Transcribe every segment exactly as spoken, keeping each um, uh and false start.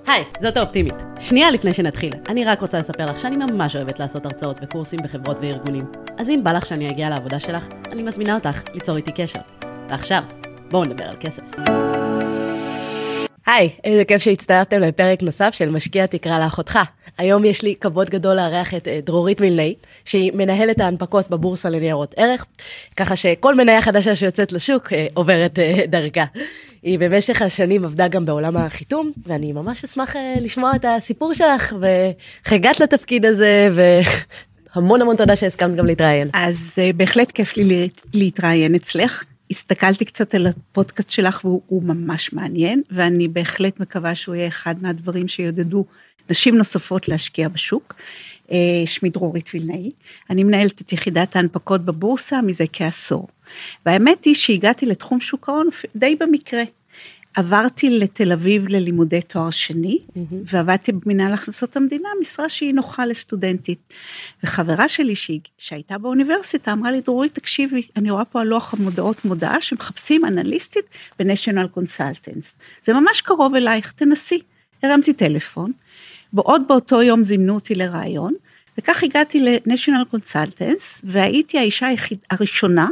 היי, זאת האופטימית. שנייה לפני שנתחיל, אני רק רוצה לספר לך שאני ממש אוהבת לעשות הרצאות וקורסים בחברות וארגונים. אז אם בא לך שאני אגיע לעבודה שלך, אני מזמינה אותך ליצור איתי קשר. ועכשיו, בואו נדבר על כסף. היי, איזה כיף שהצטרפתם לפרק נוסף של משקיע תקרא לאחותך. היום יש לי כבוד גדול לארח את דרורית מילנאי, שהיא מנהלת ההנפקות בבורסה לניירות ערך, ככה שכל מניה חדשה שיוצאת לשוק עוברת דרכה. היא במשך השנים עבדה גם בעולם החיתום, ואני ממש אשמח לשמוע את הסיפור שלך, והגעת לתפקיד הזה, והמון המון תודה שהסכמת גם להתראיין. אז בהחלט כיף לי להתראיין אצלך. הסתכלתי קצת על הפודקאסט שלך, והוא ממש מעניין, ואני בהחלט מקווה שהוא יהיה אחד מהדברים שיודדו נשים נוספות להשקיע בשוק. שמי דרורית מילנאי, אני מנהלת את יחידת ההנפקות בבורסה מזה כעשור. והאמת היא שהגעתי לתחום שוק ההון די במקרה. עברתי לתל אביב ללימודי תואר שני, mm-hmm. ועבדתי במנהל הכנסות המדינה, משרה שהיא נוחה לסטודנטית. וחברה שלי שהייתה באוניברסיטה אמרה לי, דרורית, תקשיבי, אני רואה פה על לוח המודעות מודעה שמחפשים אנליסטית בניישנל קונסלטנס. זה ממש קרוב אלייך, תנסי. הרמתי טלפון, בעוד באותו יום זימנו אותי לרעיון, וכך הגעתי לניישנל קונסלטנס, והייתי האישה הראשונה,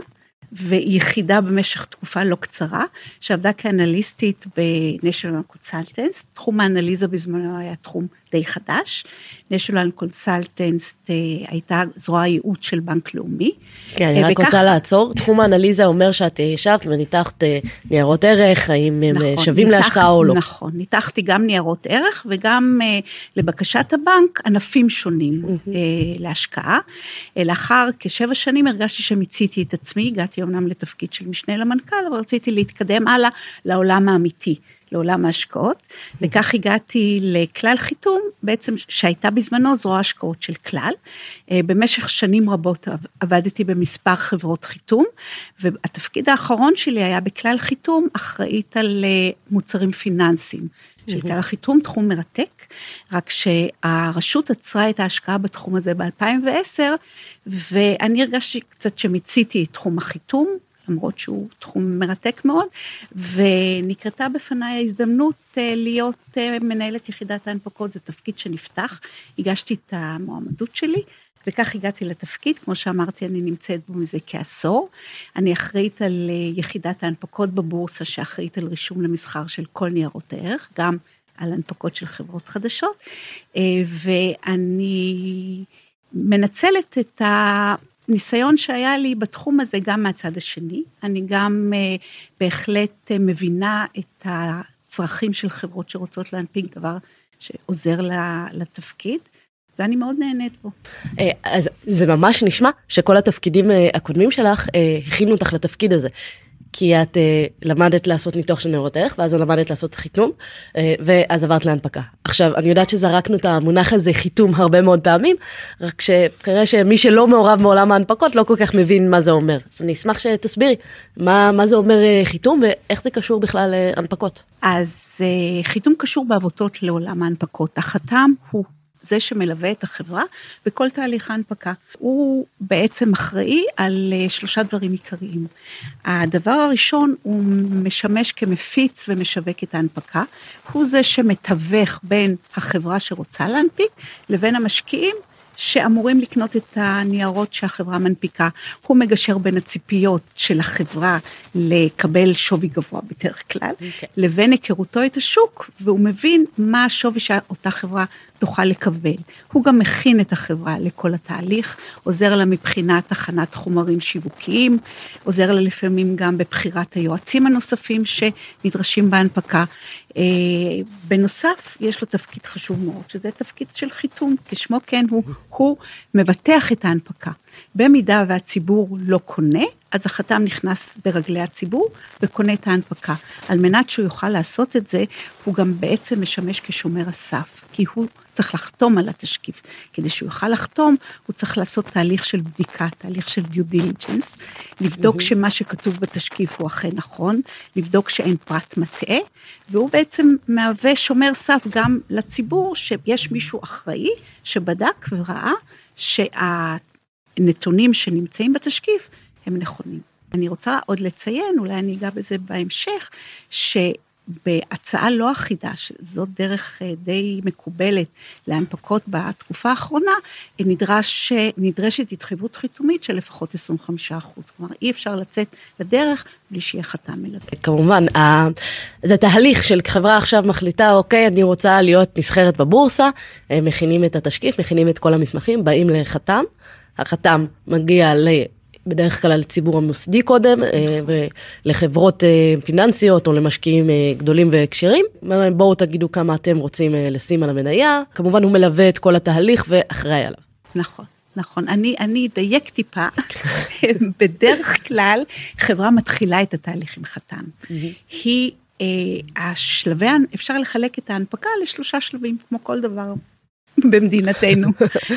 ויחידה במשך תקופה לא קצרה, שעבדה כאנליסטית בניישנל קונסלטנס, תחום האנליזה בזמנו היה תחום די חדש, ניישנל קונסלטנס הייתה זרוע הייעוץ של בנק לאומי. כן, אני רק רוצה לעצור, תחום האנליזה אומר שאת ישבת וניתחת ניירות ערך, האם הם שווים להשקעה או לא. נכון, ניתחתי גם ניירות ערך, וגם לבקשת הבנק, ענפים שונים להשקעה. לאחר כשבע שנים הרגשתי שמיציתי את עצמי, הגעתי אומנם לתפקיד של משנה למנכ"ל, אבל רציתי להתקדם הלאה לעולם האמיתי. לעולם ההשקעות, וכך הגעתי לכלל חיתום, בעצם שהייתה בזמנו זרוע השקעות של כלל, במשך שנים רבות עבדתי במספר חברות חיתום, והתפקיד האחרון שלי היה בכלל חיתום, אחראית על מוצרים פיננסיים, של כלל החיתום, תחום מרתק, רק שהרשות עצרה את ההשקעה בתחום הזה ב-אלפיים ועשר, ואני הרגשתי קצת שמיציתי את תחום החיתום, למרות שהוא תחום מרתק מאוד, ונקרתה בפניי ההזדמנות להיות מנהלת יחידת ההנפקות, זה תפקיד שנפתח, הגשתי את המועמדות שלי, וכך הגעתי לתפקיד, כמו שאמרתי, אני נמצאת בו מזה כעשור, אני אחראית על יחידת ההנפקות בבורסה, שאחראית על רישום למסחר של כל ניירות הערך, גם על הנפקות של חברות חדשות, ואני מנצלת את ה... ניסיון שהיה לי בתחום הזה גם מהצד השני, אני גם uh, בהחלט uh, מבינה את הצרכים של חברות שרוצות להנפיק דבר שעוזר לתפקיד, ואני מאוד נהנית בו. אז זה ממש נשמע שכל התפקידים הקודמים שלך הכינו אותך לתפקיד הזה, כי את למדת לעשות ניתוח של ניירות ערך, ואז למדת לעשות חיתום, ואז עברת להנפקה. עכשיו, אני יודעת שזרקנו את המונח הזה חיתום הרבה מאוד פעמים, רק שכנראה שמי שלא מעורב מעולם ההנפקות, לא כל כך מבין מה זה אומר. אז אני אשמח שתסבירי, מה, מה זה אומר חיתום, ואיך זה קשור בכלל להנפקות. אז חיתום קשור בעבותות לעולם ההנפקות. החתם הוא זה שמלווה את החברה בכל תהליך ההנפקה. הוא בעצם אחראי על שלושה דברים עיקריים. הדבר הראשון הוא משמש כמפיץ ומשווק את ההנפקה, הוא זה שמתווך בין החברה שרוצה להנפיק לבין המשקיעים שאמורים לקנות את הניירות שהחברה מנפיקה. הוא מגשר בין הציפיות של החברה לקבל שווי גבוה בדרך כלל, okay. לבין היכרותו את השוק, והוא מבין מה השווי שאותה חברה תוכל לקבל. הוא גם מכין את החברה לכל התהליך, עוזר לה מבחינת הכנת חומרים שיווקיים, עוזר לה לפעמים גם בבחירת היועצים הנוספים שנדרשים בהנפקה. בנוסף, יש לו תפקיד חשוב מאוד, שזה תפקיד של חיתום, כשמו כן הוא, הוא מבטח את ההנפקה. במידה והציבור לא קונה, אז החתם נכנס ברגלי הציבור וקונה את ההנפקה. על מנת שהוא יוכל לעשות את זה, הוא גם בעצם משמש כשומר הסף, כי הוא צריך לחתום על התשקיף. כדי שהוא יוכל לחתום, הוא צריך לעשות תהליך של בדיקה, תהליך של due diligence, לבדוק mm-hmm. שמה שכתוב בתשקיף הוא אכן נכון, לבדוק שאין פרט מטעה, והוא בעצם מהווה שומר סף גם לציבור, שיש מישהו אחראי שבדק וראה שהנתונים שנמצאים בתשקיף הם נכונים. אני רוצה עוד לציין, אולי אני אגע בזה בהמשך, ש... בהצעה לא אחידה, שזאת דרך די מקובלת להנפקות בתקופה האחרונה, נדרש, נדרשת התחייבות חיתומית של לפחות עשרים וחמישה אחוז. כלומר, אי אפשר לצאת לדרך בלי שיהיה חתם מלווה. כמובן, זה תהליך של חברה עכשיו מחליטה, אוקיי, אני רוצה להיות נסחרת בבורסה, מכינים את התשקיף, מכינים את כל המסמכים, באים לחתם, החתם מגיע ל... בדרך כלל לציבור המוסדי קודם, ולחברות פיננסיות או למשקיעים גדולים וקשרים. בואו תגידו כמה אתם רוצים לשים על המניה. כמובן הוא מלווה את כל התהליך ואחראי עליו. נכון, נכון. אני, אני דייק טיפה. בדרך כלל חברה מתחילה את התהליך עם חתם. היא, השלבי, אפשר לחלק את ההנפקה לשלושה שלבים, כמו כל דבר במדינתנו.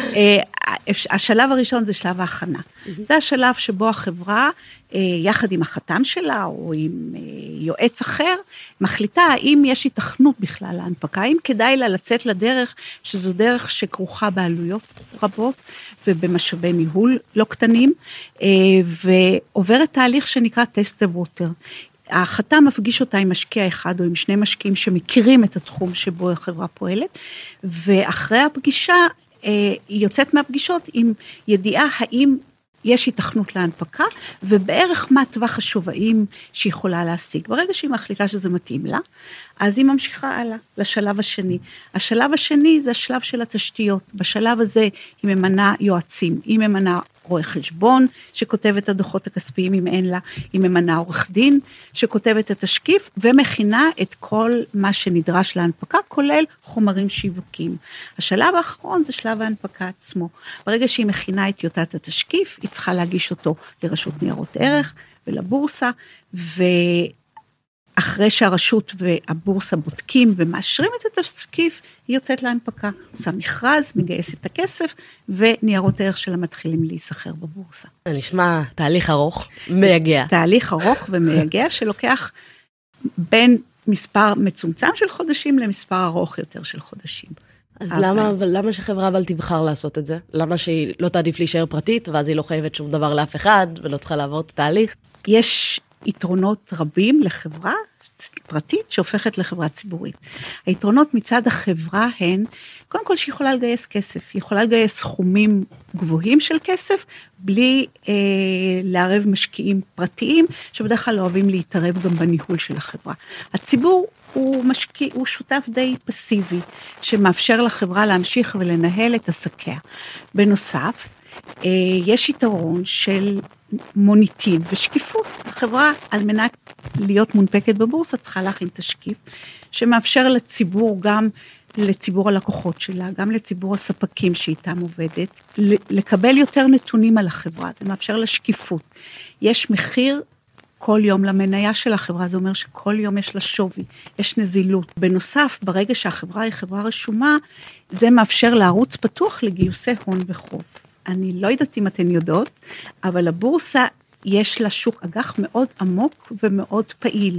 השלב הראשון זה שלב ההכנה. זה השלב שבו החברה, יחד עם החתם שלה, או עם יועץ אחר, מחליטה האם יש התכנות בכלל להנפקה, האם כדאי לה לצאת לדרך, שזו דרך שכרוכה בעלויות רבות, ובמשאבי ניהול לא קטנים, ועוברת תהליך שנקרא Test the Water. החתם מפגיש אותה עם משקיע אחד או עם שני משקיעים שמכירים את התחום שבו החברה פועלת, ואחרי הפגישה היא יוצאת מהפגישות עם ידיעה האם יש התכנות להנפקה, ובערך מה טווח השווים שהיא יכולה להשיג. ברגע שהיא מחליטה שזה מתאים לה, אז היא ממשיכה הלאה לשלב השני. השלב השני זה השלב של התשתיות. בשלב הזה היא ממנה יועצים, היא ממנה רואה חשבון שכותב את הדוחות הכספיים אם אין לה, היא ממנה עורך דין שכותב את התשקיף, ומכינה את כל מה שנדרש להנפקה, כולל חומרים שיווקיים. השלב האחרון זה שלב ההנפקה עצמו. ברגע שהיא מכינה את טיוטת התשקיף, היא צריכה להגיש אותו לרשות ניירות ערך ולבורסה, ו... אחרי שהרשות והבורסה בודקים ומאשרים את התשקיף, היא יוצאת להנפקה, עושה מכרז, מגייסת את הכסף, וניירות הערך שלה מתחילים להיסחר בבורסה. זה נשמע תהליך ארוך, מייגע. תהליך ארוך ומייגע, שלוקח בין מספר מצומצם של חודשים, למספר ארוך יותר של חודשים. אז אבל... למה, למה שחברה אבל תבחר לעשות את זה? למה שהיא לא תעדיף להישאר פרטית, ואז היא לא חייבת שום דבר לאף אחד, ולא צריכה לעבור את התהליך? יש יתרונות רבים לחברה פרטית שהופכת לחברה ציבורית. היתרונות מצד החברה הן, קודם כל שהיא יכולה לגייס כסף, היא יכולה לגייס סכומים גבוהים של כסף, בלי אה, לערב משקיעים פרטיים, שבדרך כלל לא אוהבים להתערב גם בניהול של החברה. הציבור הוא משקיע, הוא שותף די פסיבי, שמאפשר לחברה להמשיך ולנהל את עסקיה. בנוסף, אה, יש יתרון של מוניטין ושקיפות. החברה, על מנת להיות מונפקת בבורסה, צריכה להכין תשקיף, שמאפשר לציבור, גם לציבור הלקוחות שלה, גם לציבור הספקים שאיתם עובדת, לקבל יותר נתונים על החברה, זה מאפשר לה שקיפות. יש מחיר כל יום למניה של החברה, זה אומר שכל יום יש לה שווי, יש נזילות. בנוסף, ברגע שהחברה היא חברה רשומה, זה מאפשר לערוץ פתוח לגיוסי הון וחוב. אני לא יודעת אם אתן יודעות, אבל הבורסה יש לה שוק אג"ח מאוד עמוק ומאוד פעיל.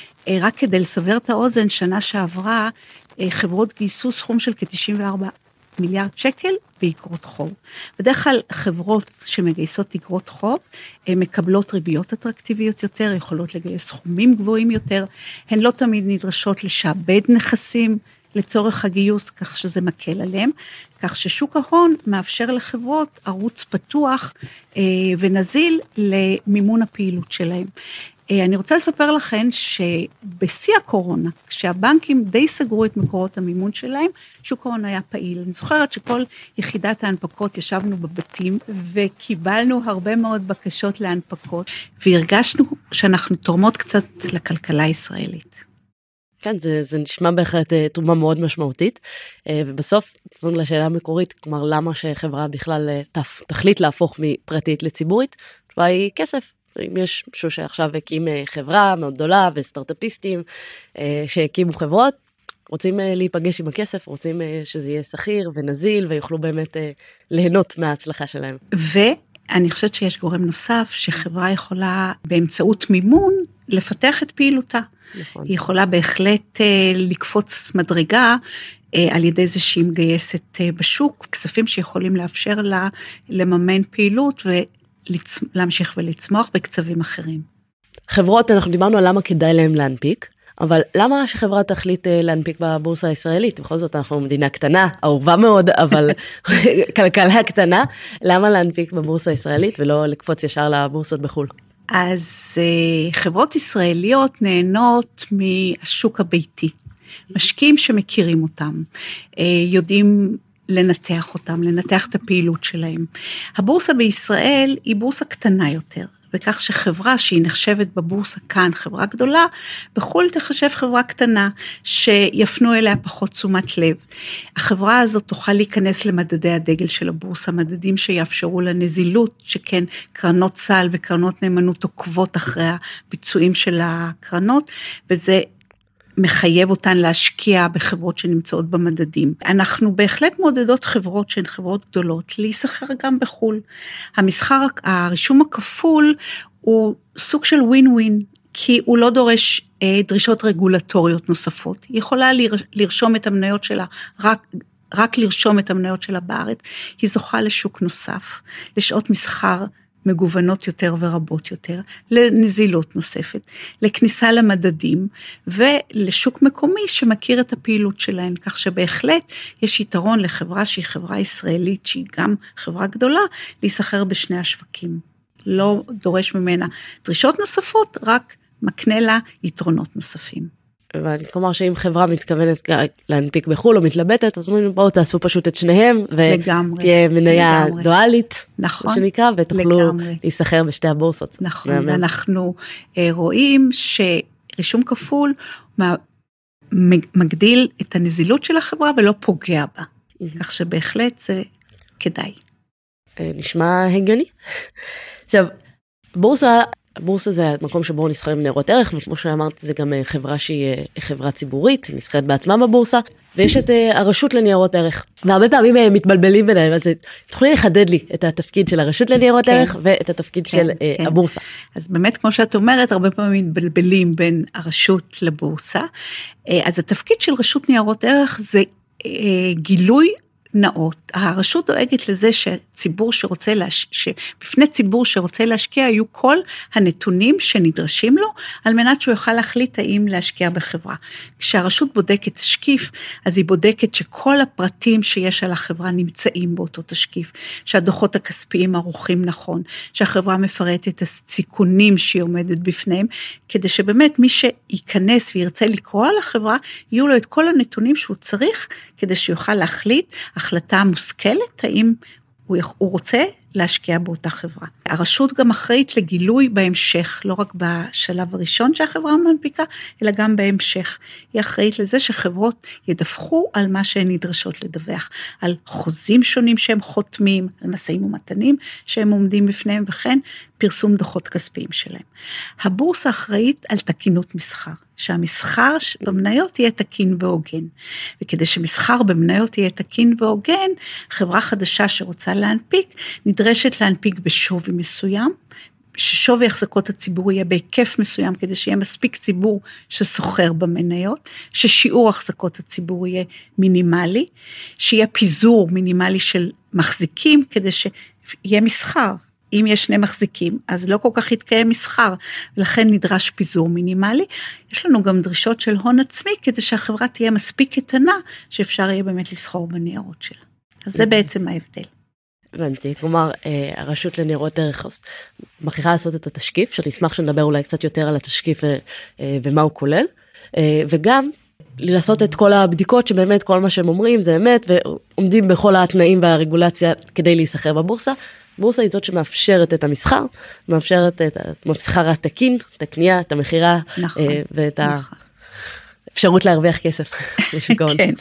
רק כדי לסבר את האוזן, שנה שעברה, חברות גייסו סכום של כ-תשעים וארבעה מיליארד שקל באגרות חוב. בדרך כלל חברות שמגייסות אגרות חוב, מקבלות ריביות אטרקטיביות יותר, יכולות לגייס סכומים גבוהים יותר, הן לא תמיד נדרשות לשעבד נכסים, לצורך הגיוס, כך שזה מקל עליהם, כך ששוק ההון מאפשר לחברות ערוץ פתוח אה, ונזיל למימון הפעילות שלהם. אה, אני רוצה לספר לכם שבשיא הקורונה, כשהבנקים די סגרו את מקורות המימון שלהם, שוק ההון היה פעיל. אני זוכרת שכל יחידת ההנפקות ישבנו בבתים, וקיבלנו הרבה מאוד בקשות להנפקות, והרגשנו שאנחנו תורמות קצת לכלכלה הישראלית. כן, זה, זה נשמע בהחלט תרומה מאוד משמעותית, ובסוף, זאת לשאלה המקורית, כלומר, למה שחברה בכלל תף, תחליט להפוך מפרטית לציבורית? תשובה היא כסף. אם יש מישהו שעכשיו הקים חברה מאוד גדולה, וסטארט-אפיסטים שהקימו חברות, רוצים להיפגש עם הכסף, רוצים שזה יהיה שכיר ונזיל, ויוכלו באמת ליהנות מההצלחה שלהם. ואני חושבת שיש גורם נוסף, שחברה יכולה באמצעות מימון, לפתח את פעילותה. נכון. היא יכולה בהחלט אה, לקפוץ מדרגה, אה, על ידי זה שהיא מגייסת אה, בשוק, כספים שיכולים לאפשר לה לממן פעילות, ולהמשיך ולצמוח בקצבים אחרים. חברות, אנחנו דיברנו על למה כדאי להם להנפיק, אבל למה שחברה תחליט להנפיק בבורסה הישראלית? בכל זאת אנחנו מדינה קטנה, אהובה מאוד, אבל כלכלה קטנה, למה להנפיק בבורסה הישראלית ולא לקפוץ ישר לבורסות בחו"ל? אז חברות ישראליות נהנות מהשוק הביתי, משקיעים שמכירים אותם, יודעים לנתח אותם, לנתח את הפעילות שלהם. הבורסה בישראל היא בורסה קטנה יותר, וכך שחברה שהיא נחשבת בבורסה כאן, חברה גדולה, בחו"ל תחשב חברה קטנה, שיפנו אליה פחות תשומת לב. החברה הזאת תוכל להיכנס למדדי הדגל של הבורסה, מדדים שיאפשרו לה נזילות, שכן קרנות סל וקרנות נאמנות עוקבות אחרי הביצועים של הקרנות, וזה מחייב אותן להשקיע בחברות שנמצאות במדדים. אנחנו בהחלט מעודדות חברות שהן חברות גדולות, להיסחר גם בחו"ל. המסחר, הרישום הכפול הוא סוג של ווין ווין, כי הוא לא דורש אה, דרישות רגולטוריות נוספות. היא יכולה לרשום את המניות שלה, רק, רק לרשום את המניות שלה בארץ, היא זוכה לשוק נוסף, לשעות מסחר מגוונות יותר ורבות יותר, לנזילות נוספת, לכניסה למדדים, ולשוק מקומי שמכיר את הפעילות שלהן, כך שבהחלט יש יתרון לחברה שהיא חברה ישראלית, שהיא גם חברה גדולה, להיסחר בשני השווקים. לא דורש ממנה דרישות נוספות, רק מקנה לה יתרונות נוספים. כלומר שאם חברה מתכוונת להנפיק בחו"ל או מתלבטת, אז אומרים בואו תעשו פשוט את שניהם, ותהיה מניה דואלית, נכון, שנקרא, ותוכלו להיסחר בשתי הבורסות. נכון, ואנחנו רואים שרישום כפול מגדיל את הנזילות של החברה ולא פוגע בה, כך שבהחלט זה כדאי. נשמע הגיוני. עכשיו, בורסה, הבורסה זה המקום שבו נסחרים ניירות ערך, וכמו שאמרת, זה גם חברה שהיא חברה ציבורית, היא נסחרת בעצמה בבורסה, ויש את הרשות לניירות ערך, והרבה פעמים הם מתבלבלים ביניהם, אז תוכלי לחדד לי את התפקיד של הרשות לניירות כן. ערך, ואת התפקיד כן, של כן. הבורסה. אז באמת, כמו שאת אומרת, הרבה פעמים מתבלבלים בין הרשות לבורסה, אז התפקיד של רשות ניירות ערך זה גילוי נאות. הרשות דואגת לזה שציבור שרוצה להש... שבפני ציבור שרוצה להשקיע, היו כל הנתונים שנדרשים לו, על מנת שהוא יוכל להחליט האם להשקיע בחברה. כשהרשות בודקת תשקיף, אז היא בודקת שכל הפרטים שיש על החברה נמצאים באותו תשקיף, שהדוחות הכספיים ערוכים נכון, שהחברה מפרטת את הסיכונים שהיא עומדת בפניהם, כדי שבאמת מי שייכנס וירצה לקרוא על החברה, יהיו לו את כל הנתונים שהוא צריך, כדי שיוכל להחליט החלטה מושכלת, האם הוא, הוא רוצה להשקיע באותה חברה. הרשות גם אחראית לגילוי בהמשך, לא רק בשלב הראשון שהחברה מנפיקה, אלא גם בהמשך. היא אחראית לזה שחברות ידווחו על מה שהן נדרשות לדווח, על חוזים שונים שהם חותמים, על משאים ומתנים שהם עומדים בפניהם, וכן פרסום דוחות כספיים שלהם. הבורסה אחראית על תקינות מסחר, שהמסחר במניות יהיה תקין והוגן, וכדי שמסחר במניות יהיה תקין והוגן, חברה חדשה שרוצה להנפיק, נדרשת להנפיק בשווי מסוים, ששווי החזקות הציבור יהיה בהיקף מסוים, כדי שיהיה מספיק ציבור שסוחר במניות, ששיעור החזקות הציבור יהיה מינימלי, שיהיה פיזור מינימלי של מחזיקים, כדי שיהיה מסחר. אם יש שני מחזיקים, אז לא כל כך יתקיים מסחר, ולכן נדרש פיזור מינימלי. יש לנו גם דרישות של הון עצמי, כדי שהחברה תהיה מספיק קטנה, שאפשר יהיה באמת לסחור בניירות שלה. אז זה בעצם ההבדל. הבנתי, כלומר, הרשות לניירות ערך מכריחה לעשות את התשקיף, שאני אשמח שנדבר אולי קצת יותר על התשקיף ומה הוא כולל, וגם לעשות את כל הבדיקות שבאמת כל מה שהם אומרים זה אמת, ועומדים בכל התנאים והרגולציה כדי להיסחר בבורסה. בורסה היא זאת שמאפשרת את המסחר, מאפשרת את המסחר התקין, את הקנייה, את המחירה, נכון, ואת נכון. האפשרות להרוויח כסף. כן,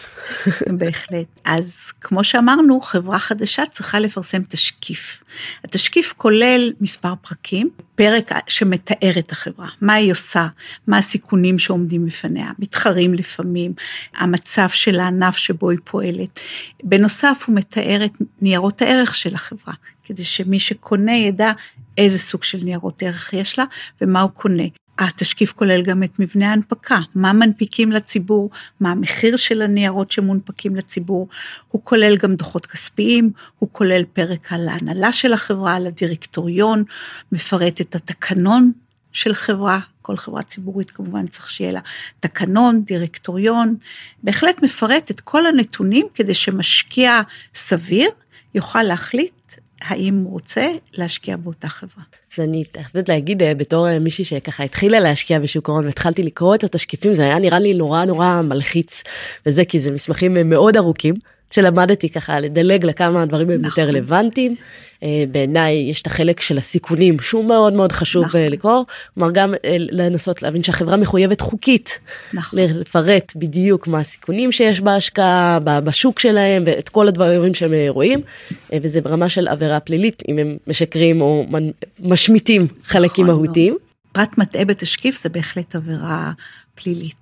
בהחלט. אז כמו שאמרנו, חברה חדשה צריכה לפרסם תשקיף. התשקיף כולל מספר פרקים, פרק שמתאר את החברה, מה היא עושה, מה הסיכונים שעומדים בפניה, מתחרים לפעמים, המצב של הענף שבו היא פועלת. בנוסף הוא מתאר את ניירות הערך של החברה, כדי שמי שקונה ידע איזה סוג של ניירות ערך יש לה, ומה הוא קונה. התשקיף כולל גם את מבנה ההנפקה, מה מנפיקים לציבור, מה המחיר של הניירות שמונפקים לציבור, הוא כולל גם דוחות כספיים, הוא כולל פרק על ההנהלה של החברה, על הדירקטוריון, מפרט את התקנון של חברה, כל חברה ציבורית כמובן צריך שיהיה לה תקנון, דירקטוריון, בהחלט מפרט את כל הנתונים, כדי שמשקיע סביר יוכל להחליט האם הוא רוצה להשקיע באותה חברה. אז אני חייבת להגיד, בתור מישהי שככה התחילה להשקיע בשוק ההון, והתחלתי לקרוא את התשקיפים, זה היה נראה לי נורא נורא מלחיץ, וזה כי זה מסמכים מאוד ארוכים, שלמדתי ככה לדלג לכמה דברים הם יותר רלוונטיים, בעיניי יש את החלק של הסיכונים, שהוא מאוד מאוד חשוב לקרוא, כלומר גם לנסות להבין שהחברה מחויבת חוקית, לפרט בדיוק מה הסיכונים שיש בהשקעה, בשוק שלהם, ואת כל הדברים שהם רואים, וזה ברמה של עבירה פלילית, אם הם משקרים או משמיטים חלקים מהותיים. פרט מטעה בתשקיף זה בהחלט עבירה פלילית.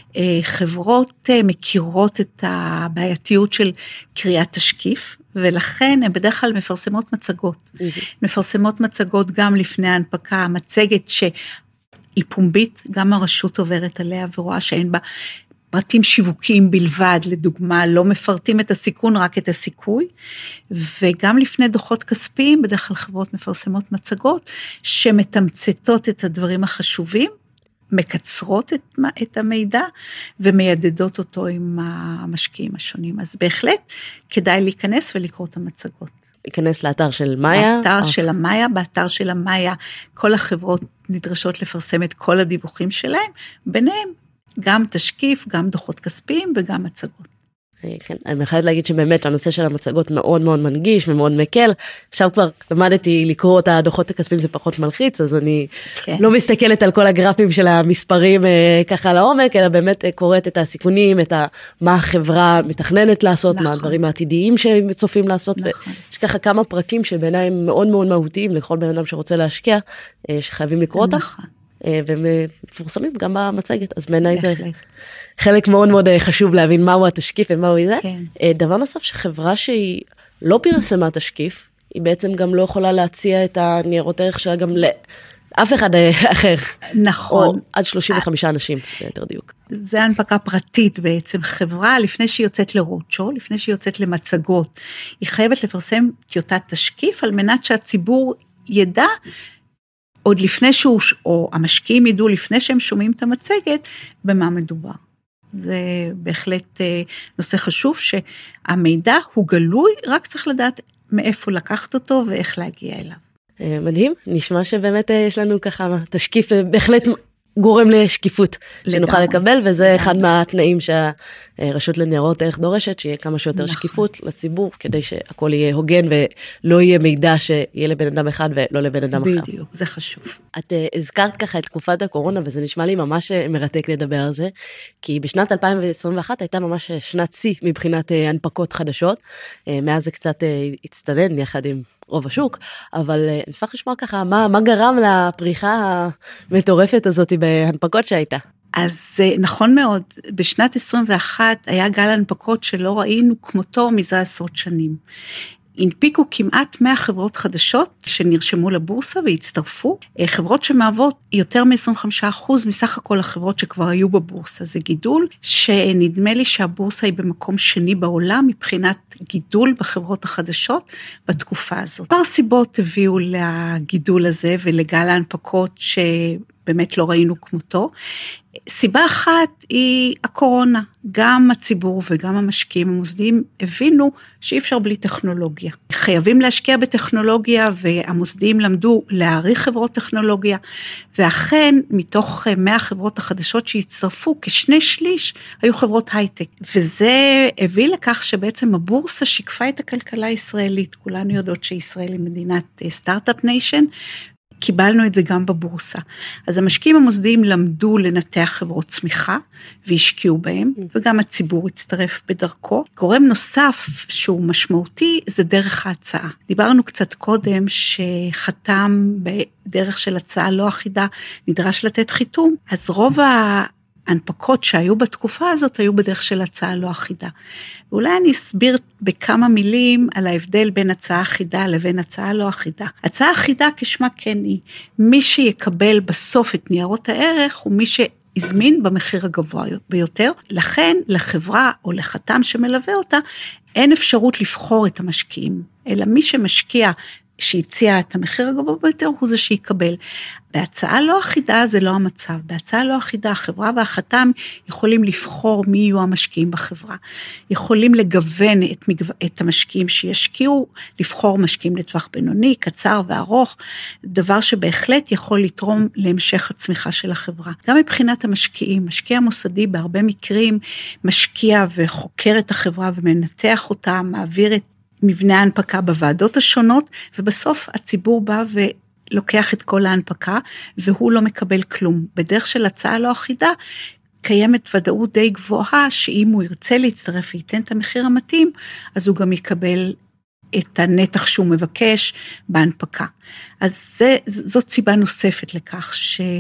חברות מכירות את הבעייתיות של קריאת תשקיף, ולכן הן בדרך כלל מפרסמות מצגות. מפרסמות מצגות גם לפני ההנפקה, מצגת שהיא פומבית, גם הרשות עוברת עליה ורואה שאין בה פרטים שיווקיים בלבד, לדוגמה, לא מפרטים את הסיכון, רק את הסיכוי, וגם לפני דוחות כספיים, בדרך כלל חברות מפרסמות מצגות, שמתמצתות את הדברים החשובים, מקצרות את, את המידע, ומיידדות אותו עם המשקיעים השונים. אז בהחלט, כדאי להיכנס ולקרוא את המצגות. להיכנס לאתר של מאיה? באתר של המאיה, באתר של המאיה, כל החברות נדרשות לפרסם את כל הדיווחים שלהם, ביניהם גם תשקיף, גם דוחות כספיים וגם מצגות. כן, אני חייבת להגיד שבאמת הנושא של המצגות מאוד מאוד מנגיש ומאוד מקל, עכשיו כבר למדתי לקרוא את הדוחות הכספיים, זה פחות מלחיץ, אז אני כן. לא מסתכלת על כל הגרפים של המספרים אה, ככה לעומק, אלא באמת אה, קוראת את הסיכונים, את ה, מה החברה מתכננת לעשות, נכון. מה הדברים העתידיים שהם צופים לעשות, נכון. ויש ככה כמה פרקים שבעיניי הם מאוד מאוד מהותיים לכל בן אדם שרוצה להשקיע, אה, שחייבים לקרוא אותם. נכון. והם מפורסמים גם במצגת, אז בעיניי זה חלק מאוד מאוד חשוב להבין מהו התשקיף ומהו זה. דבר נוסף שחברה שהיא לא פרסמה תשקיף, היא בעצם גם לא יכולה להציע את הניירות ערך שלה גם לאף אחד אחר. נכון. או עד שלושים וחמישה אנשים, ביותר דיוק. זה הנפקה פרטית בעצם, חברה לפני שהיא יוצאת לרודשו, לפני שהיא יוצאת למצגות, היא חייבת לפרסם טיוטת תשקיף, על מנת שהציבור ידע, עוד לפני שהוא, או המשקיעים ידעו לפני שהם שומעים את המצגת, במה מדובר. זה בהחלט נושא חשוב, שהמידע הוא גלוי, רק צריך לדעת מאיפה לקחת אותו, ואיך להגיע אליו. מדהים, נשמע שבאמת יש לנו ככה תשקיף, בהחלט גורם לשקיפות שנוכל לקבל, וזה אחד מהתנאים שהרשות לניירות ערך דורשת, שיהיה כמה שיותר שקיפות לציבור, כדי שהכל יהיה הוגן, ולא יהיה מידע שיהיה לבן אדם אחד, ולא לבן אדם אחר. בדיוק, זה חשוב. את הזכרת ככה את תקופת הקורונה, וזה נשמע לי ממש מרתק לדבר על זה, כי בשנת אלפיים עשרים ואחת הייתה ממש שנת שיא, מבחינת הנפקות חדשות, מאז זה קצת הצטנן יחד עם רוב השוק, אבל אני אשמח לשמוע ככה, מה, מה גרם לפריחה המטורפת הזאת בהנפקות שהייתה? אז נכון מאוד, בשנת עשרים ואחת היה גל הנפקות שלא ראינו כמותו מזה עשרות שנים. הנפיקו כמעט מאה חברות חדשות שנרשמו לבורסה והצטרפו, חברות שמהוות יותר מ-עשרים וחמישה אחוז מסך הכל החברות שכבר היו בבורסה, זה גידול שנדמה לי שהבורסה היא במקום שני בעולם מבחינת גידול בחברות החדשות בתקופה הזאת. פער סיבות הביאו לגידול הזה ולגל ההנפקות שבאמת לא ראינו כמותו, סיבה אחת היא הקורונה, גם הציבור וגם המשקיעים המוסדיים הבינו שאי אפשר בלי טכנולוגיה. חייבים להשקיע בטכנולוגיה והמוסדיים למדו להעריך חברות טכנולוגיה, ואכן מתוך מאה חברות החדשות שהצטרפו, כשני שליש היו חברות הייטק, וזה הביא לכך שבעצם הבורסה שיקפה את הכלכלה הישראלית, כולנו יודעות שישראל היא מדינת סטארט-אפ ניישן, קיבלנו את זה גם בבורסה. אז המשקיעים המוסדיים למדו לנתח חברות צמיחה, והשקיעו בהם, וגם הציבור הצטרף בדרכו. גורם נוסף שהוא משמעותי, זה דרך ההצעה. דיברנו קצת קודם, שחתם בדרך של הצעה לא אחידה, נדרש לתת חיתום, אז רוב ההנפקות שהיו בתקופה הזאת, היו בדרך של הצעה לא אחידה. ואולי אני אסביר בכמה מילים על ההבדל בין הצעה אחידה לבין הצעה לא אחידה. הצעה אחידה כשמה כן היא, מי שיקבל בסוף את ניירות הערך, הוא מי שהזמין במחיר הגבוה ביותר, לכן לחברה או לחתם שמלווה אותה, אין אפשרות לבחור את המשקיעים, אלא מי שמשקיע שהציע את המחיר הגבוה ביותר, הוא זה שיקבל. בהצעה לא אחידה זה לא המצב, בהצעה לא אחידה, החברה והחתם יכולים לבחור מי יהיו המשקיעים בחברה, יכולים לגוון את, את המשקיעים שישקיעו, לבחור משקיעים לטווח בינוני, קצר וארוך, דבר שבהחלט יכול לתרום להמשך הצמיחה של החברה. גם מבחינת המשקיעים, משקיע מוסדי בהרבה מקרים, משקיע וחוקר את החברה ומנתח אותה, מעביר את מבנה ההנפקה בוועדות השונות, ובסוף הציבור בא ולוקח את כל ההנפקה, והוא לא מקבל כלום. בדרך של הצעה לא אחידה, קיימת ודאות די גבוהה, שאם הוא ירצה להצטרף וייתן את המחיר המתאים, אז הוא גם יקבל את הנתח שהוא מבקש בהנפקה. אז זה, זאת סיבה נוספת לכך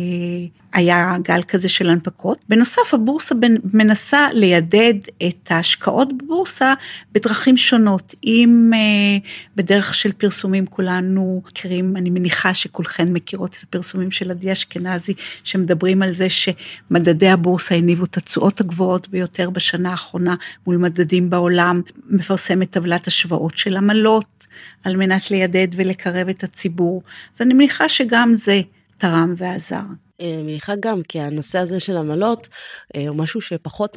שהיה גל כזה של הנפקות. בנוסף, הבורסה מנסה לידד את ההשקעות בבורסה בדרכים שונות. אם בדרך של פרסומים כולנו מכירים, אני מניחה שכולכן מכירות את הפרסומים של עדי אשכנזי, שמדברים על זה שמדדי הבורסה הניבו את התשואות הגבוהות ביותר בשנה האחרונה, מול מדדים בעולם, מפרסמת טבלת השוואות של עמלות, על מנת לידד ולקרב את הציבור. אז אני מניחה שגם זה תרם ועזר. מניחה גם, כי הנושא הזה של עמלות, הוא משהו שפחות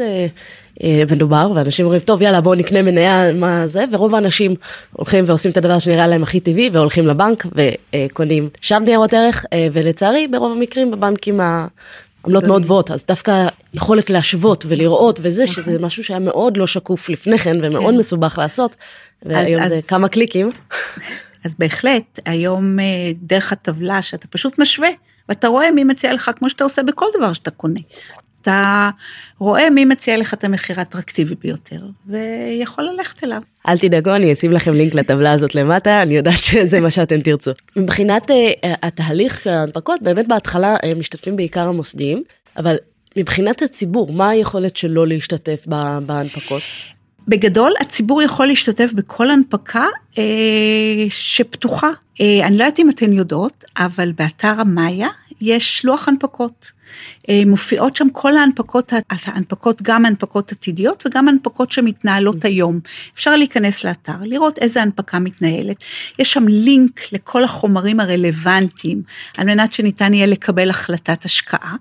מדובר, ואנשים אומרים, טוב, יאללה, בואו נקנה מניה, מה זה, ורוב האנשים הולכים ועושים את הדבר שנראה להם הכי טבעי, והולכים לבנק וקונים שם ניירות ערך, ולצערי, ברוב המקרים בבנקים העמלות מאוד גבוהות, אז דווקא יכולת להשוות ולראות, וזה שזה משהו שהיה מאוד לא שקוף לפני כן, ומאוד מסובך לעשות, והיום זה כמה קליקים. אז בהחלט, היום דרך הטבלה שאתה פשוט משווה, ואתה רואה מי מציע לך, כמו שאתה עושה בכל דבר שאתה קונה. אתה רואה מי מציע לך את המחיר האטרקטיבי ביותר, ויכול ללכת אליו. אל תדאגו, אני אשים לכם לינק לטבלה הזאת למטה, אני יודעת שזה מה שאתם תרצו. מבחינת התהליך של ההנפקות, באמת בהתחלה משתתפים בעיקר המוסדיים, אבל מבחינת הציבור, מה היכולת שלו להשתתף בהנפקות? בגדול, הציבור יכול להשתתף בכל הנפקה אה, שפתוחה. אה, אני לא יודעת אם אתן יודעות, אבל באתר המאיה יש לוח הנפקות. אה, מופיעות שם כל ההנפקות, ההנפקות, גם הנפקות עתידיות וגם הנפקות שמתנהלות היום. אפשר להיכנס לאתר, לראות איזה הנפקה מתנהלת. יש שם לינק לכל החומרים הרלוונטיים, על מנת שניתן יהיה לקבל החלטת השקעה,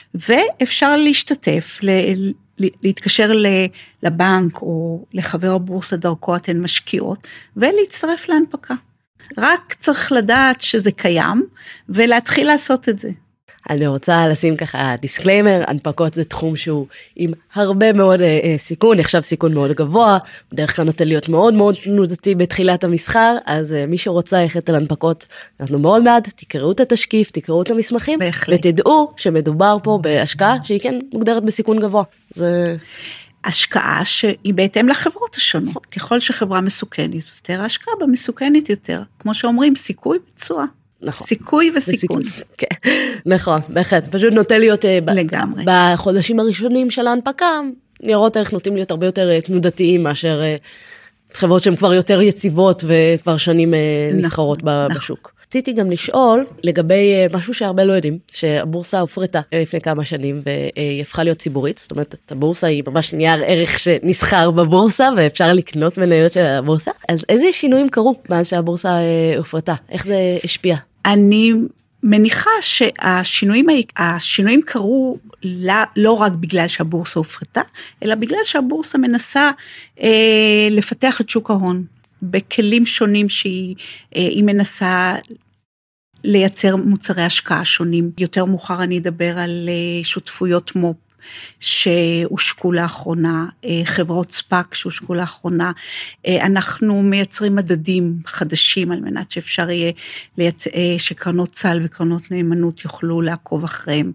ואפשר להשתתף, ל... להתקשר לבנק או לחבר הבורסה דרכו אתן משקיעות, ולהצטרף להנפקה. רק צריך לדעת שזה קיים, ולהתחיל לעשות את זה. אני רוצה לשים ככה דיסקליימר, הנפקות זה תחום שהוא עם הרבה מאוד אה, סיכון, נחשב סיכון מאוד גבוה, בדרך כלל נוטה להיות מאוד מאוד תנודתי בתחילת המסחר, אז אה, מי שרוצה ללכת על הנפקות, אנחנו מאוד מעט, תקראו את התשקיף, תקראו את המסמכים, בהחלט. ותדעו שמדובר פה בהשקעה שהיא כן מוגדרת בסיכון גבוה. זה... השקעה שהיא בהתאם לחברות השונות, ככל שחברה מסוכנת יותר, ההשקעה במסוכנת יותר, כמו שאומרים, סיכוי ביצוע. נכון. סיכוי וסיכון. כן, נכון, בהחלט, פשוט נוטה להיות, לגמרי. בחודשים הראשונים של ההנפקה, ניירות ערך נוטים להיות הרבה יותר תנודתיים, מאשר חברות שהן כבר יותר יציבות, וכבר שנים נסחרות בשוק. רציתי גם לשאול, לגבי משהו שהרבה לא יודעים, שהבורסה הופרטה לפני כמה שנים, והיא הפכה להיות ציבורית, זאת אומרת, הבורסה היא ממש נייר ערך שנסחר בבורסה, ואפשר לקנות מניות של הבורסה, אז איזה שינויים קרו מאז שהבורסה הופרטה? איך זה השפיע? אני מניחה שהשינויים השינויים קרו לא רק בגלל שהבורסה הופרטה, אלא בגלל שהבורסה מנסה אה, לפתח את שוק ההון, בכלים שונים שהיא מנסה לייצר מוצרי השקעה שונים. יותר מאוחר אני אדבר על שותפויות מופ, שהושקו לאחרונה, חברות ספק שהושקו לאחרונה, אנחנו מייצרים מדדים חדשים על מנת שאפשר יהיה לייצ... שקרנות צל וקרנות נאמנות יוכלו לעקוב אחריהם,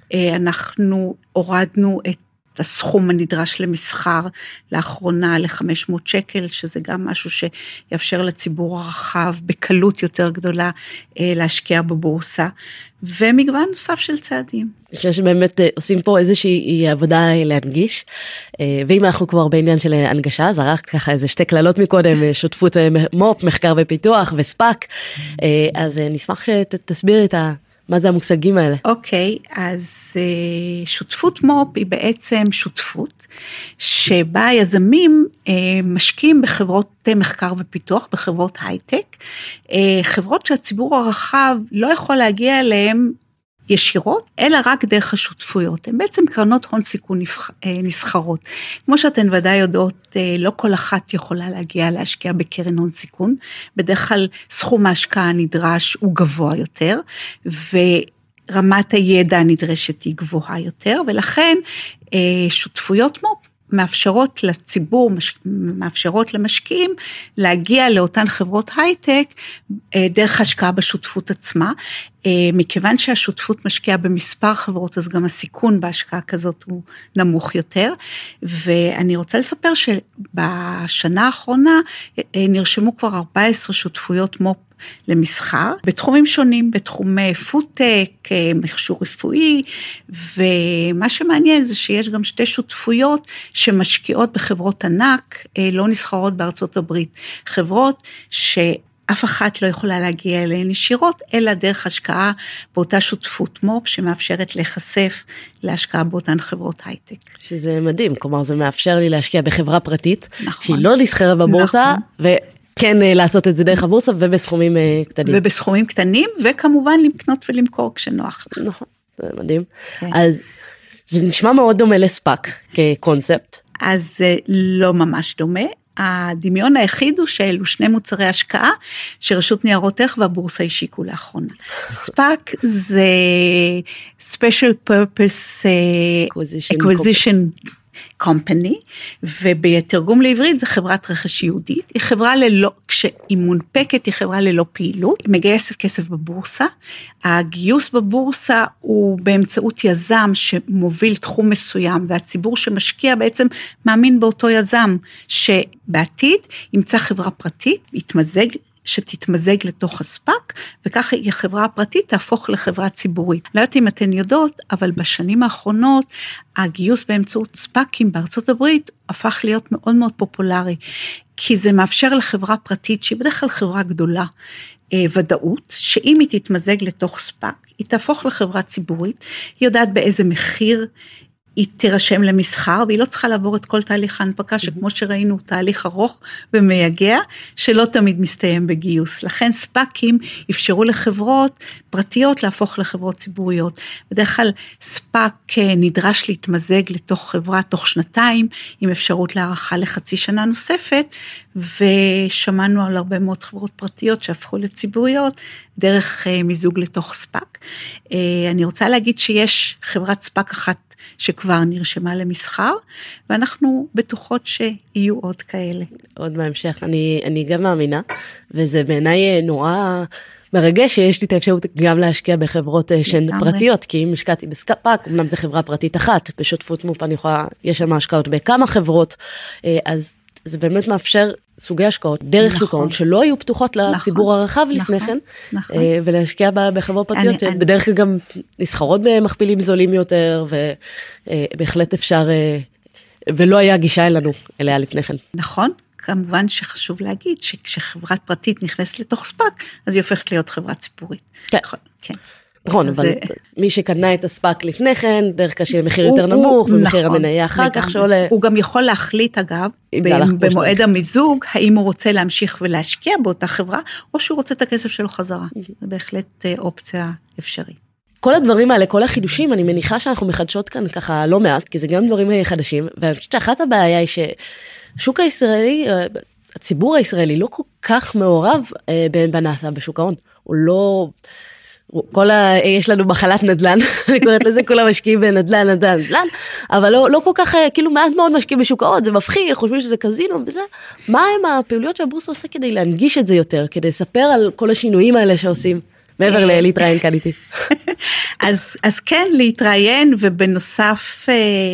אנחנו הורדנו את הסכום הנדרש למסחר לאחרונה ל-חמש מאות שקל, שזה גם משהו שיאפשר לציבור הרחב בקלות יותר גדולה להשקיע בבורסה, ומגוון נוסף של צעדים. אני חושב שבאמת עושים פה איזושהי עבודה להנגיש, ואם אנחנו כבר בעניין של הנגשה, אז רק ככה איזה שתי כללות מקודם, שותפות מופ, מחקר ופיתוח וספק, אז נשמח שתסביר את ה... מה זה המושגים האלה? אוקיי, אז שותפות מו"פ היא בעצם שותפות, שבה היזמים משקיעים בחברות מחקר ופיתוח, בחברות הייטק, חברות שהציבור הרחב לא יכול להגיע אליהם ישירות, אלא רק דרך השותפויות. הן בעצם קרנות הון סיכון נסחרות. כמו שאתן ודאי יודעות, לא כל אחת יכולה להגיע להשקיע בקרן הון סיכון, בדרך כלל סכום ההשקעה הנדרש הוא גבוה יותר, ורמת הידע הנדרשת היא גבוהה יותר, ולכן שותפויות מו"פ מאפשרות לציבור, מאפשרות למשקיעים, להגיע לאותן חברות הייטק, דרך השקעה בשותפות עצמה, מכיוון שהשותפות משקיעה במספר חברות, אז גם הסיכון בהשקעה כזאת הוא נמוך יותר, ואני רוצה לספר שבשנה האחרונה, נרשמו כבר ארבע עשרה שותפויות מו"פ, למסחר, בתחומים שונים, בתחומי פודטק, מכשור רפואי, ומה שמעניין זה שיש גם שתי שותפויות שמשקיעות בחברות ענק, לא נסחרות בארצות הברית, חברות שאף אחת לא יכולה להגיע אליהן ישירות, אלא דרך השקעה באותה שותפות מו"פ, שמאפשרת להיחשף להשקעה באותן חברות הייטק. שזה מדהים, כלומר זה מאפשר לי להשקיע בחברה פרטית, נכון. שהיא לא נסחרת בבורסה, נכון. ו... כן, לעשות את זה דרך הבורסה ובסכומים קטנים. ובסכומים קטנים, וכמובן לקנות ולמכור כשנוח. נכון, זה מדהים. אז זה נשמע מאוד דומה לספאק כקונספט. אז זה לא ממש דומה. הדמיון היחיד הוא שאלו שני מוצרי השקעה, שרשות ניירות ערך והבורסה השיקו לאחרונה. ספאק זה Special Purpose Acquisition Company, ובתרגום לעברית זה חברת רכש יהודית, היא חברה ללא, כשהיא מונפקת היא חברה ללא פעילות, היא מגייסת כסף בבורסה, הגיוס בבורסה הוא באמצעות יזם שמוביל תחום מסוים, והציבור שמשקיע בעצם מאמין באותו יזם, שבעתיד ימצא חברה פרטית, יתמזג, שתתמזג לתוך הספק, וככה החברה הפרטית תהפוך לחברה ציבורית. לא יודעת אם אתן יודעות, אבל בשנים האחרונות, הגיוס באמצעות ספקים בארצות הברית, הפך להיות מאוד מאוד פופולרי, כי זה מאפשר לחברה פרטית, שהיא בדרך כלל חברה גדולה, ודאות, שאם היא תתמזג לתוך ספק, היא תהפוך לחברה ציבורית, היא יודעת באיזה מחיר, היא תירשם למסחר, והיא לא צריכה לעבור את כל תהליך ההנפקה, שכמו שראינו, תהליך ארוך ומייגע, שלא תמיד מסתיים בגיוס. לכן ספקים אפשרו לחברות פרטיות להפוך לחברות ציבוריות. בדרך כלל ספק נדרש להתמזג לתוך חברה תוך שנתיים, עם אפשרות להערכה לחצי שנה נוספת, ושמענו על הרבה מאוד חברות פרטיות שהפכו לציבוריות, דרך מיזוג לתוך ספק. אני רוצה להגיד שיש חברת ספק אחת, שכבר נרשמה למסחר, ואנחנו בטוחות שיהיו עוד כאלה. עוד בהמשך, אני, אני גם מאמינה, וזה בעיניי נורא מרגש שיש לי את האפשרות גם להשקיע בחברות שהן פרטיות, כי אם השקעתי בספאק, אמנם זו חברה פרטית אחת, בשותפות מו"פ אני יכולה, יש שם השקעות בכמה חברות, אז זה באמת מאפשר סוגי השקעות, דרך שוק ההון, שלא היו פתוחות לציבור הרחב לפני כן, ולהשקיע בחברות פרטיות, בדרך כלל גם נסחרות במכפילים זולים יותר, ובהחלט אפשר, ולא היה גישה אלינו, אליה לפני כן. נכון, כמובן שחשוב להגיד, שכשחברת פרטית נכנסת לתוך ספאק, אז היא הופכת להיות חברה ציבורית. כן. כן. נכון, אבל מי שקנה את הספאק לפני כן, דרך כלל שיהיה מחיר יותר נמוך, ומחיר המניה אחר כך שעולה. הוא גם יכול להחליט, אגב, במועד המיזוג, האם הוא רוצה להמשיך ולהשקיע באותה חברה, או שהוא רוצה את הכסף שלו חזרה. זה בהחלט אופציה אפשרית. כל הדברים האלה, כל החידושים, אני מניחה שאנחנו מחדשות כאן ככה לא מעט, כי זה גם דברים חדשים, ואני חושבת שאחת הבעיה היא ששוק הישראלי, הציבור הישראלי לא כל כך מעורב בנעשה בשוק ההון. הוא לא... כל ה... יש לנו מחלת נדל"ן, אני קוראת לזה, כולם משקיעים בנדל"ן, נדל"ן, נדל"ן, אבל לא, לא כל כך, כאילו מעט מאוד משקיעים בשוק ההון, זה מפחיד, חושבים שזה קזינו וזה, מה הם הפעילויות שהבורסה עושה כדי להנגיש את זה יותר, כדי לספר על כל השינויים האלה שעושים, מעבר להתראיין כאן איתי. אז, אז כן, להתראיין, ובנוסף,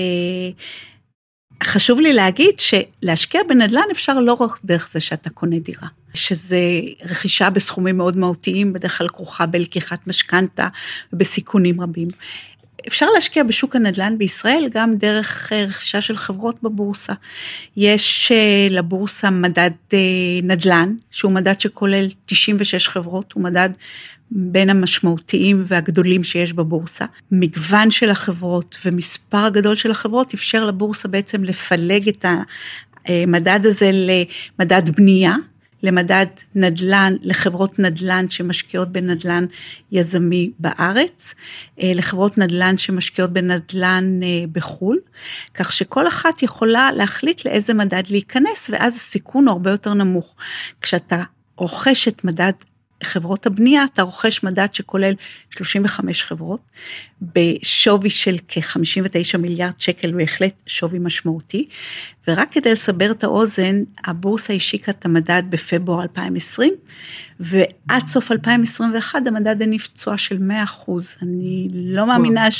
חשוב לי להגיד שלהשקיע בנדל"ן אפשר לא רק דרך זה שאתה קונה דירה. שזה רכישה בסכומים מאוד מהותיים, בדרך כלל כרוכה בלקיחת משכנתה ובסיכונים רבים. אפשר להשקיע בשוק הנדל"ן בישראל גם דרך רכישה של חברות בבורסה. יש לבורסה מדד נדל"ן, שהוא מדד שכולל תשעים ושש חברות, הוא מדד בין המשמעותיים והגדולים שיש בבורסה. מגוון של החברות ומספר הגדול של החברות אפשר לבורסה בעצם לפלג את המדד הזה למדד בנייה, למדד נדל"ן, לחברות נדל"ן שמשקיעות בנדל"ן יזמי בארץ, לחברות נדל"ן שמשקיעות בנדל"ן בחול, כך שכל אחת יכולה להחליט לאיזה מדד להיכנס, ואז הסיכון הוא הרבה יותר נמוך. כשאתה רוכש את מדד חברות הבנייה, אתה רוכש מדד שכולל שלושים וחמש חברות, בשווי של כ-חמישים ותשעה מיליארד שקל, בהחלט שווי משמעותי, ורק כדי לסבר את האוזן, הבורסה השיקה את המדד בפברואר אלפיים ועשרים, ועד סוף אלפיים עשרים ואחת, המדד הניב תשואה של מאה אחוז, אני לא מאמינה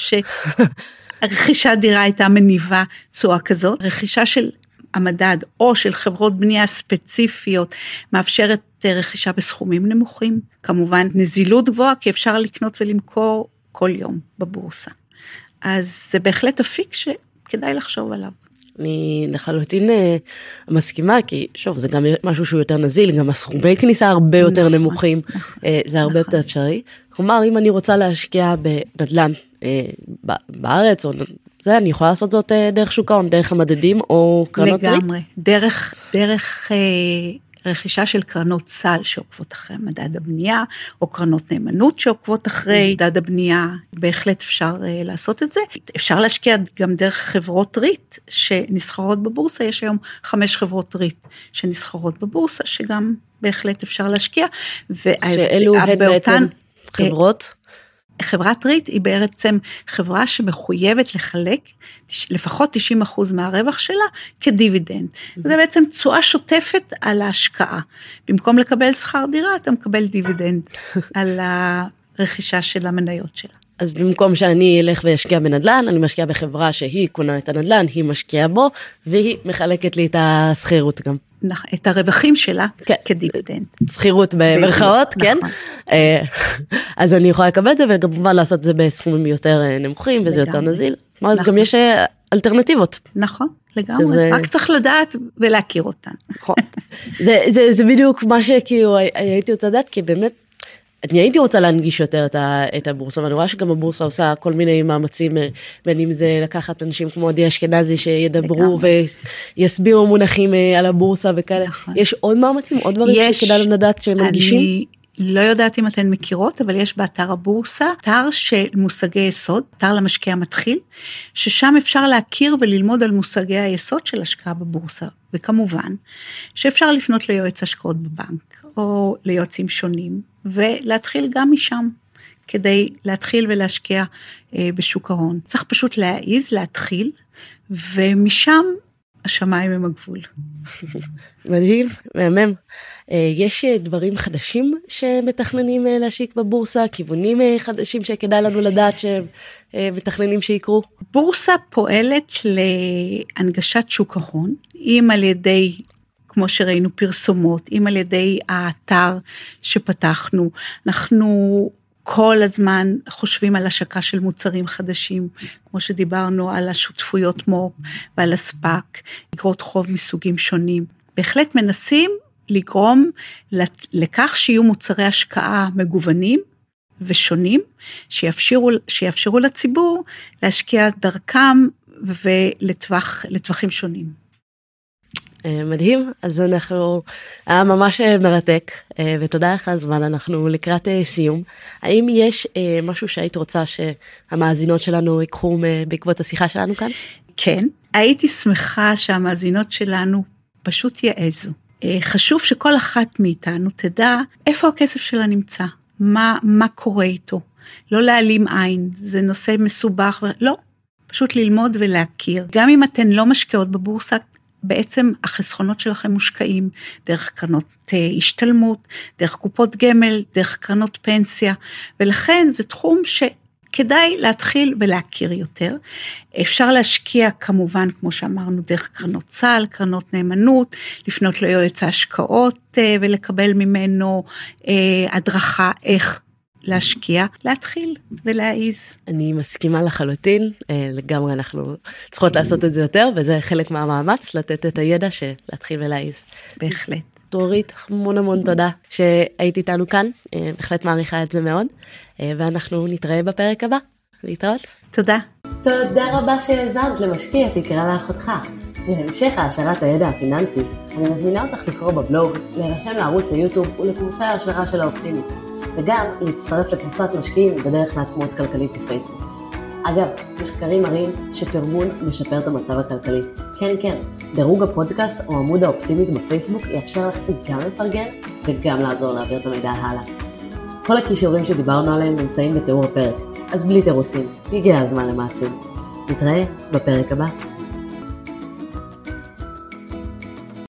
שרכישת דירה הייתה מניבה תשואה כזאת, רכישה של המדד או של חברות בנייה ספציפיות, מאפשרת רכישה בסכומים נמוכים, כמובן נזילות גבוהה, כי אפשר לקנות ולמכור כל יום בבורסה. אז זה בהחלט אפיק שכדאי לחשוב עליו. אני לחלוטין מסכימה, כי שוב, זה גם משהו שהוא יותר נזיל, גם הסכומי כניסה הרבה יותר נמוכים, זה הרבה יותר אפשרי. כלומר, אם אני רוצה להשקיע בנדל"ן בארץ, או זה, אני יכולה לעשות זאת דרך שוק ההון, דרך המדדים, או קרנות ריט? לגמרי, דרך, דרך רכישה של קרנות סל שעוקבות אחרי מדד הבנייה, או קרנות נאמנות שעוקבות אחרי מדד הבנייה, בהחלט אפשר לעשות את זה. אפשר להשקיע גם דרך חברות ריט שנסחרות בבורסה, יש היום חמש חברות ריט שנסחרות בבורסה, שגם בהחלט אפשר להשקיע. שאלו הן בעצם חברות? חברת ריט היא בעצם חברה שמחויבת לחלק לפחות תשעים אחוז מהרווח שלה כדיבידנד. זה בעצם תשואה שוטפת על ההשקעה. במקום לקבל שכר דירה, אתה מקבל דיבידנד על הרכישה של המניות שלה. אז במקום שאני אלך וישקיע בנדל"ן, אני משקיע בחברה שהיא קונה את הנדל"ן, היא משקיעה בו, והיא מחלקת לי את הסחירות גם. את הרווחים שלה כדיבידנד. סחירות במרכאות, כן? אז אני יכולה לקבל את זה, וכמובן לעשות את זה בסכומים יותר נמוכים, וזה יותר נזיל. אז גם יש אלטרנטיבות. נכון, לגמרי. רק צריך לדעת ולהכיר אותן. נכון. זה בדיוק מה שכאילו הייתי רוצה לדעת, כי באמת, אני הייתי רוצה להנגיש יותר את הבורסה, ואני רואה שגם הבורסה עושה כל מיני מאמצים, בין אם זה לקחת אנשים כמו עדי אשכנזי שידברו ויסבירו מונחים על הבורסה וכאלה. יש עוד מאמצים, עוד דברים שכדאי לדעת שהם מנגישים? אני לא יודעת אם אתן מכירות, אבל יש באתר הבורסה, אתר של מושגי יסוד, אתר למשקיע מתחיל, ששם אפשר להכיר וללמוד על מושגי היסוד של השקעה בבורסה, וכמובן שאפשר לפנות ליועץ השקעות בבנק, או ליועצים שונים, ולהתחיל גם משם, כדי להתחיל ולהשקיע אה, בשוק ההון. צריך פשוט להעיז, להתחיל, ומשם השמיים הם הגבול. מדהים, מהמם. אה, יש דברים חדשים שמתכננים אה, להשיק בבורסה, כיוונים אה, חדשים שכדאי לנו לדעת שמתכננים שיקרו? בורסה פועלת להנגשת שוק ההון, אם על ידי כמו שראינו פרסומות, אם על ידי האתר שפתחנו, אנחנו כל הזמן חושבים על השקה של מוצרים חדשים, כמו שדיברנו על השותפויות מו"פ ועל הספק, אגרות חוב מסוגים שונים. בהחלט מנסים לגרום לכך שיהיו מוצרי השקעה מגוונים ושונים, שיאפשרו, שיאפשרו לציבור להשקיע דרכם ולטווחים שונים. מדהים, אז אנחנו, היה ממש מרתק, ותודה לך הזמן, אנחנו לקראת סיום. האם יש משהו שהיית רוצה שהמאזינות שלנו יקחו בעקבות השיחה שלנו כאן? כן, הייתי שמחה שהמאזינות שלנו פשוט יעזו. חשוב שכל אחת מאיתנו תדע איפה הכסף שלה נמצא, מה, מה קורה איתו. לא להעלים עין, זה נושא מסובך, לא, פשוט ללמוד ולהכיר. גם אם אתן לא משקיעות בבורסה, בעצם החסכונות שלכם מושקעים דרך קרנות השתלמות, דרך קופות גמל, דרך קרנות פנסיה, ולכן זה תחום שכדאי להתחיל ולהכיר יותר. אפשר להשקיע כמובן, כמו שאמרנו, דרך קרנות סל, קרנות נאמנות, לפנות ליועץ ההשקעות ולקבל ממנו הדרכה איך להשקיע, להתחיל ולהעיז. אני מסכימה לחלוטין, לגמרי אנחנו צריכות לעשות את זה יותר, וזה חלק מהמאמץ, לתת את הידע של להתחיל ולהעיז. בהחלט. דורית, המון המון תודה שהיית איתנו כאן, בהחלט מעריכה את זה מאוד, ואנחנו נתראה בפרק הבא. להתראות. תודה. תודה רבה שהאזנת למשקיע תקרא לאחותך. להמשך העשרת הידע הפיננסי, אני מזמינה אותך לקרוא בבלוג, להירשם לערוץ היוטיוב ולקורסי ההשערה של האופטימית, וגם להצטרף לקבוצת משקיעים בדרך לעצמאות כלכלית בפייסבוק. אגב, מחקרים מראים שפרגון משפר את המצב הכלכלי. כן, כן, דירוג הפודקאסט או עמוד האופטימית בפייסבוק יאפשר לך גם לפרגן וגם לעזור להעביר את המידע הלאה. כל הכישורים שדיברנו עליהם נמצאים בתיאור הפרק, אז בלי תירוצים, הגיע הזמן למעשים. נתראה בפרק הבא.